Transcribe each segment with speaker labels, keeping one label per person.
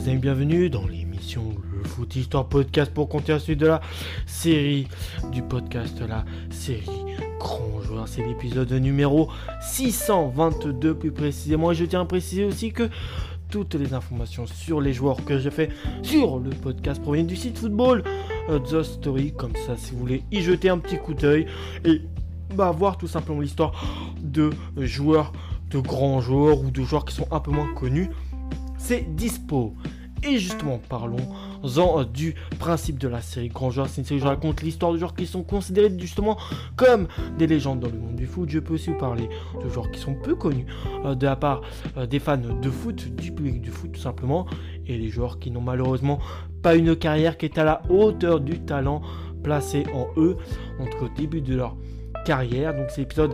Speaker 1: et bienvenue dans l'émission Le Foot Histoire Podcast pour continuer la suite de la série du podcast, la série Grand Joueur. C'est l'épisode numéro 622 plus précisément, et je tiens à préciser aussi que toutes les informations sur les joueurs que je fais sur le podcast proviennent du site Football The Story. Comme ça, si vous voulez y jeter un petit coup d'œil et voir tout simplement l'histoire de joueurs, de grands joueurs ou de joueurs qui sont un peu moins connus, c'est dispo. Et justement, parlons-en du principe de la série Grand Joueur. C'est une série où je raconte l'histoire de joueurs qui sont considérés justement comme des légendes dans le monde du foot. Je peux aussi vous parler de joueurs qui sont peu connus de la part des fans de foot, du public du foot tout simplement, et les joueurs qui n'ont malheureusement pas une carrière qui est à la hauteur du talent placé en eux entre le début de leur carrière. Donc c'est l'épisode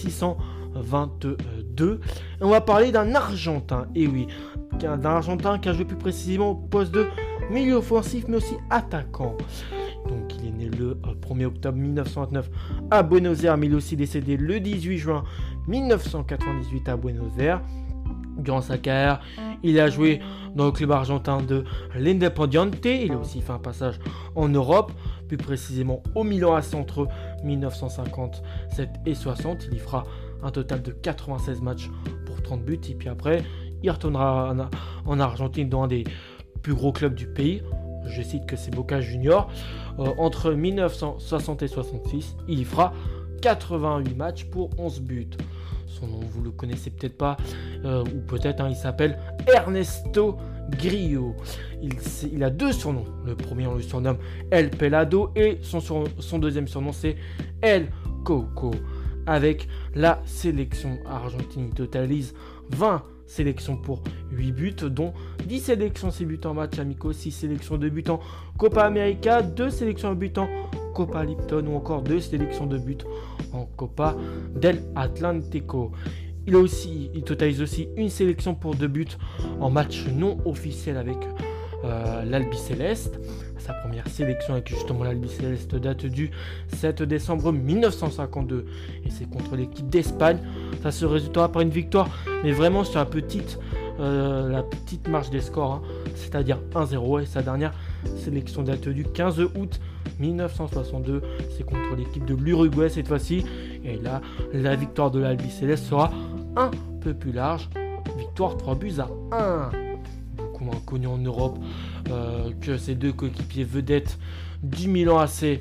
Speaker 1: 622. Et on va parler d'un Argentin, et oui, d'un Argentin qui a joué plus précisément au poste de milieu offensif mais aussi attaquant. Donc il est né le 1er octobre 1929 à Buenos Aires, mais il est aussi décédé le 18 juin 1998 à Buenos Aires. Durant sa carrière, il a joué dans le club argentin de l'Independiente. Il a aussi fait un passage en Europe, plus précisément au Milan AC entre 1957 et 60. Il y fera un total de 96 matchs pour 30 buts. Et puis après, il retournera en Argentine dans un des plus gros clubs du pays. Je cite que c'est Boca Juniors. Entre 1960 et 66, il y fera 88 matchs pour 11 buts. Son nom, vous le connaissez peut-être pas, ou peut-être, il s'appelle Ernesto Grillo. Il a deux surnoms. Le premier, on le surnomme El Pelado, et son deuxième surnom, c'est El Coco. Avec la sélection argentine, il totalise 20 sélections pour 8 buts, dont 10 sélections 6 buts en match amicaux, 6 sélections de buts en Copa América, 2 sélections de buts en Copa Lipton, ou encore 2 sélections de buts en Copa del Atlántico. Il totalise aussi une sélection pour 2 buts en match non officiel avec l'Albiceleste. Sa première sélection avec justement l'Albiceleste date du 7 décembre 1952 et c'est contre l'équipe d'Espagne. Ça se résultera par une victoire, mais vraiment sur la petite marge des scores, c'est-à-dire 1-0, et sa dernière sélection date du 15 août 1962. C'est contre l'équipe de l'Uruguay cette fois-ci, et là la victoire de l'Albiceleste sera un peu plus large, victoire 3-1. Beaucoup moins connu en Europe que ces deux coéquipiers vedettes du Milan AC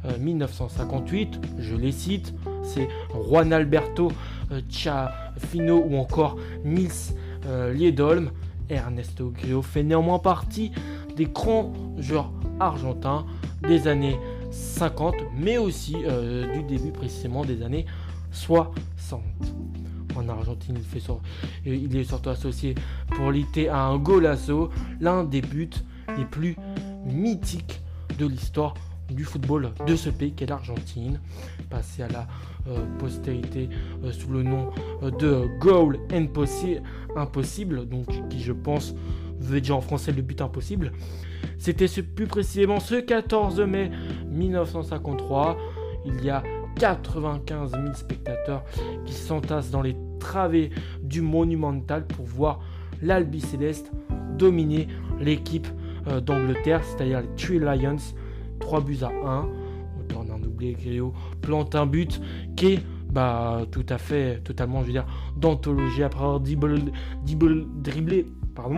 Speaker 1: 1958, je les cite, c'est Juan Alberto Ciaffino ou encore Nils Liedholm. Ernesto Grillo fait néanmoins partie des grands joueurs argentins des années 50, mais aussi du début précisément des années 60. En Argentine, il est surtout associé pour lutter à un golazo, l'un des buts les plus mythiques de l'histoire du football de ce pays qu'est l'Argentine, passé à la postérité sous le nom de Goal Impossible, donc qui je pense veut dire en français le but impossible. C'était plus précisément ce 14 mai 1953. Il y a 95 000 spectateurs qui s'entassent dans les travées du Monumental pour voir l'Albiceleste dominer l'équipe d'Angleterre, c'est-à-dire les Three Lions, 3-1. Autant d'un doublé, Grillo plante un but qui est totalement, d'anthologie après avoir dribblé,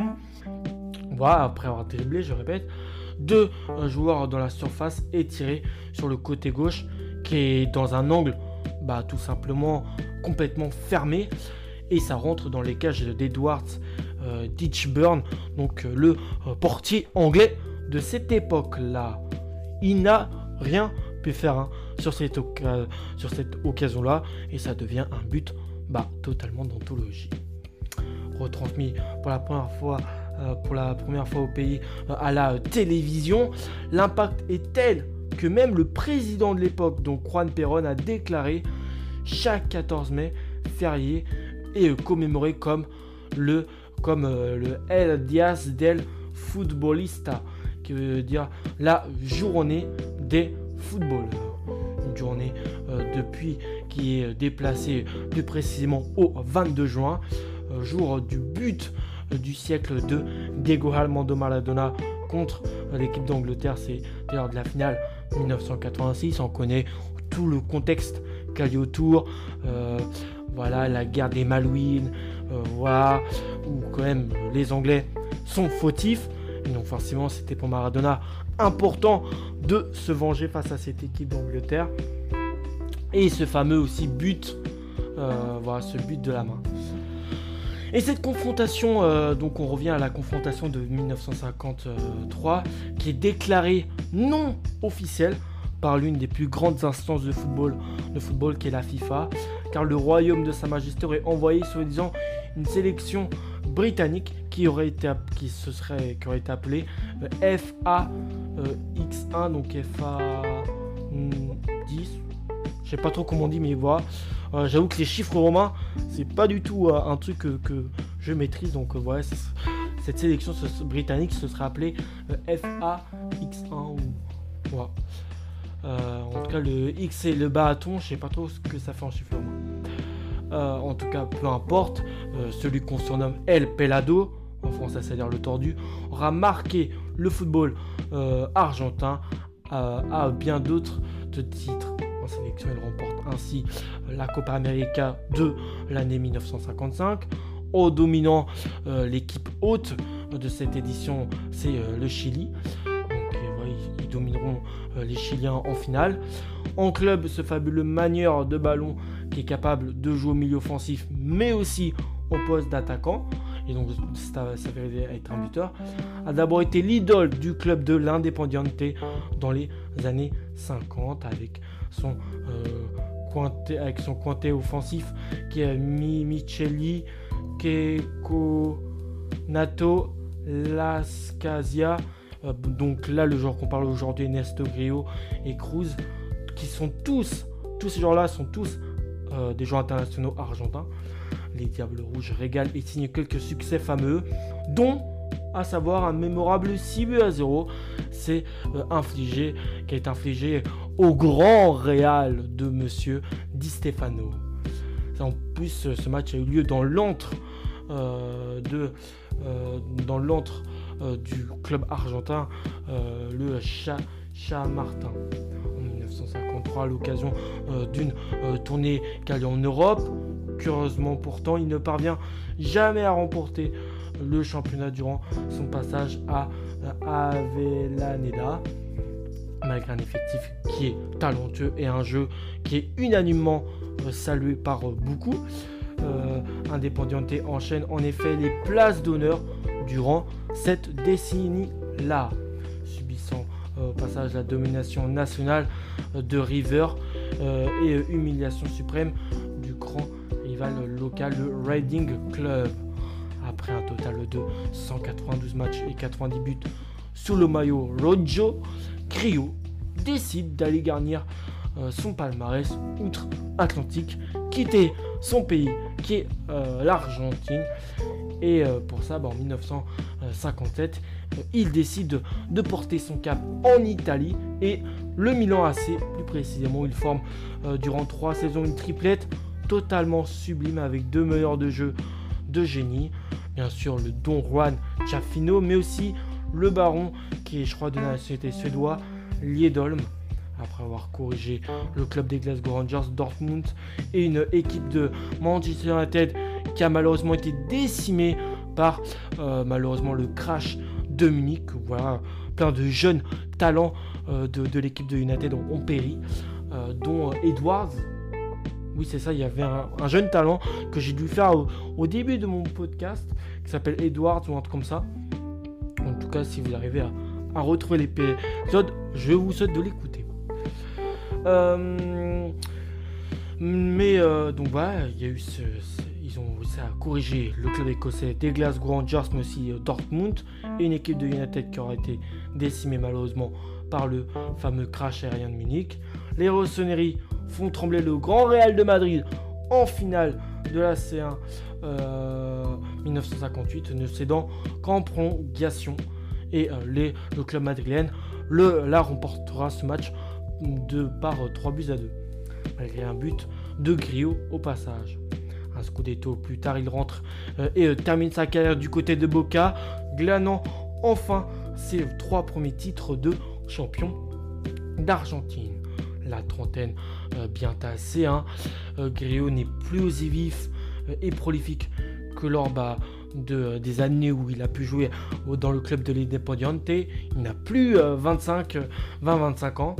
Speaker 1: après avoir dribblé, je répète, deux joueurs dans la surface et tiré sur le côté gauche qui est dans un angle tout simplement complètement fermé, et ça rentre dans les cages d'Edward Ditchburn, donc le portier anglais de cette époque-là. Il n'a rien pu faire sur cette occasion-là, et ça devient un but totalement d'anthologie. Retransmis pour la première fois au pays à la télévision, l'impact est tel que même le président de l'époque, donc Juan Perón, a déclaré chaque 14 mai férié et commémoré comme le El Días del Futbolista, qui veut dire la journée des footballeurs. Une journée depuis qui est déplacée plus précisément au 22 juin, jour du but du siècle de Diego Armando Maradona contre l'équipe d'Angleterre. C'est lors de la finale 1986. On connaît tout le contexte qu'il y a autour. Voilà, la guerre des Malouines, voilà, où quand même les Anglais sont fautifs. Et donc forcément, c'était pour Maradona important de se venger face à cette équipe d'Angleterre. Et ce fameux aussi but, voilà, ce but de la main. Et cette confrontation, donc on revient à la confrontation de 1953, qui est déclarée non officielle par l'une des plus grandes instances de football qui est la FIFA, car le royaume de Sa Majesté aurait envoyé soi-disant une sélection britannique qui aurait été appelée FAX1, donc FA10, je sais pas trop comment on dit, mais voilà. J'avoue que les chiffres romains, c'est pas du tout un truc que je maîtrise, donc voilà, cette sélection britannique se serait appelée FAX1 ou voilà. En tout cas, le X et le bâton, je sais pas trop ce que ça fait en chiffre romain. En tout cas, peu importe, celui qu'on surnomme El Pelado, en français c'est-à-dire le tordu, aura marqué le football argentin à bien d'autres titres. En sélection, il remporte ainsi la Copa América de l'année 1955. En dominant l'équipe hôte de cette édition, c'est le Chili. Ils domineront les Chiliens en finale. En club, ce fabuleux manieur de ballon qui est capable de jouer au milieu offensif, mais aussi au poste d'attaquant, et donc ça s'avérait être un buteur, a d'abord été l'idole du club de l'Independiente dans les années 50 avec son cointet offensif qui est Micheli, Keiko, Nato, Las Casia. Donc là, le joueur qu'on parle aujourd'hui, Ernesto Grillo et Cruz, qui sont tous ces joueurs-là sont tous des joueurs internationaux argentins. Les Diables Rouges régalent et signent quelques succès fameux, dont à savoir un mémorable 6-0, qui a été infligé au grand Real de Monsieur Di Stefano. En plus, ce match a eu lieu dans l'antre du club argentin, le Chamartin, en 1953, à l'occasion d'une tournée qui a lieu en Europe. Curieusement pourtant, il ne parvient jamais à remporter le championnat durant son passage à Avellaneda, malgré un effectif qui est talentueux et un jeu qui est unanimement salué par beaucoup. Independiente enchaîne en effet les places d'honneur durant cette décennie-là, subissant au passage la domination nationale de River et humiliation suprême du grand rival local, le Reading Club. Après un total de 192 matchs et 90 buts sous le maillot rojo, Grillo décide d'aller garnir son palmarès outre-Atlantique, quitter son pays qui est l'Argentine. Et pour ça, en 1957, il décide de porter son cap en Italie et le Milan AC, plus précisément. Il forme durant 3 saisons une triplette totalement sublime avec 2 meneurs de jeu de génie. Bien sûr, le Don Juan Chaffino, mais aussi le Baron, qui est, je crois, de la nationalité suédoise, Liedholm. Après avoir corrigé le club des Glasgow Rangers, Dortmund et une équipe de Manchester United qui a malheureusement été décimée par malheureusement le crash de Munich. Voilà, plein de jeunes talents de l'équipe de United ont péri, dont Edwards. Oui, c'est ça, il y avait un jeune talent que j'ai dû faire au début de mon podcast qui s'appelle Edwards ou un truc comme ça. En tout cas, si vous arrivez à retrouver l'épisode, je vous souhaite de l'écouter. Donc voilà, il y a eu ils ont réussi à corriger le club écossais des Glasgow Rangers, mais aussi Dortmund, et une équipe de United qui aura été décimée malheureusement par le fameux crash aérien de Munich. Les Rossoneri font trembler le Grand Real de Madrid en finale de la C1 1958, ne cédant qu'en prolongation. Et le club madrilène remportera ce match par 3-2, malgré un but de Grillo au passage. un Scudetto. Plus tard, il rentre et termine sa carrière du côté de Boca, glanant enfin ses 3 premiers titres de champion d'Argentine. La trentaine bien tassée, Grillo n'est plus aussi vif et prolifique que lors des années où il a pu jouer dans le club de l'Independiente. Il n'a plus 20-25 ans.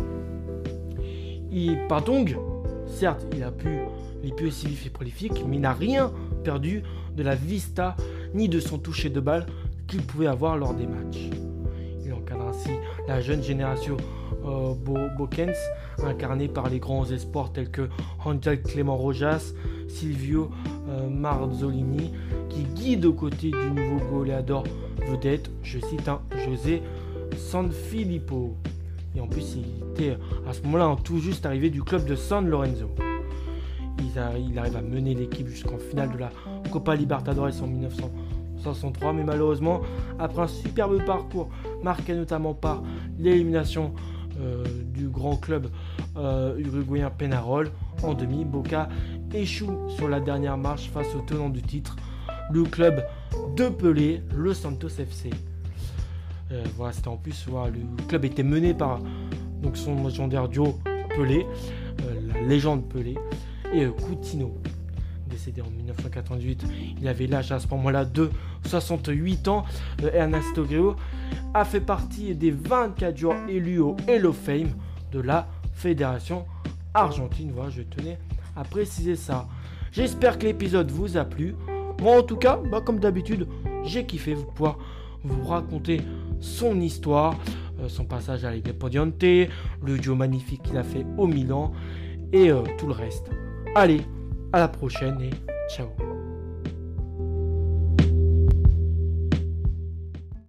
Speaker 1: Certes, il est plus aussi vif et prolifique, mais il n'a rien perdu de la vista ni de son toucher de balle qu'il pouvait avoir lors des matchs. Il encadre ainsi la jeune génération Boquense, incarnée par les grands espoirs tels que Angel Clément Rojas, Silvio Marzolini, qui guide aux côtés du nouveau goleador vedette, je cite, José Sanfilippo. Et en plus, il était à ce moment-là tout juste arrivé du club de San Lorenzo. Il arrive à mener l'équipe jusqu'en finale de la Copa Libertadores en 1963, mais malheureusement, après un superbe parcours marqué notamment par l'élimination du grand club uruguayen Peñarol, en demi, Boca échoue sur la dernière marche face au tenant du titre, le club de Pelé, le Santos FC. C'était en plus, le club était mené par son légendaire duo Pelé, la légende Pelé, et Coutinho, décédé en 1998. Il avait l'âge à ce moment-là de 68 ans. Ernesto Grillo a fait partie des 24 joueurs élus au Hall of Fame de la Fédération Argentine. Je tenais à préciser ça. J'espère que l'épisode vous a plu. Moi en tout cas, comme d'habitude, j'ai kiffé pouvoir vous raconter son histoire, son passage à l'Independiente, le duo magnifique qu'il a fait au Milan et tout le reste. Allez, à la prochaine et ciao.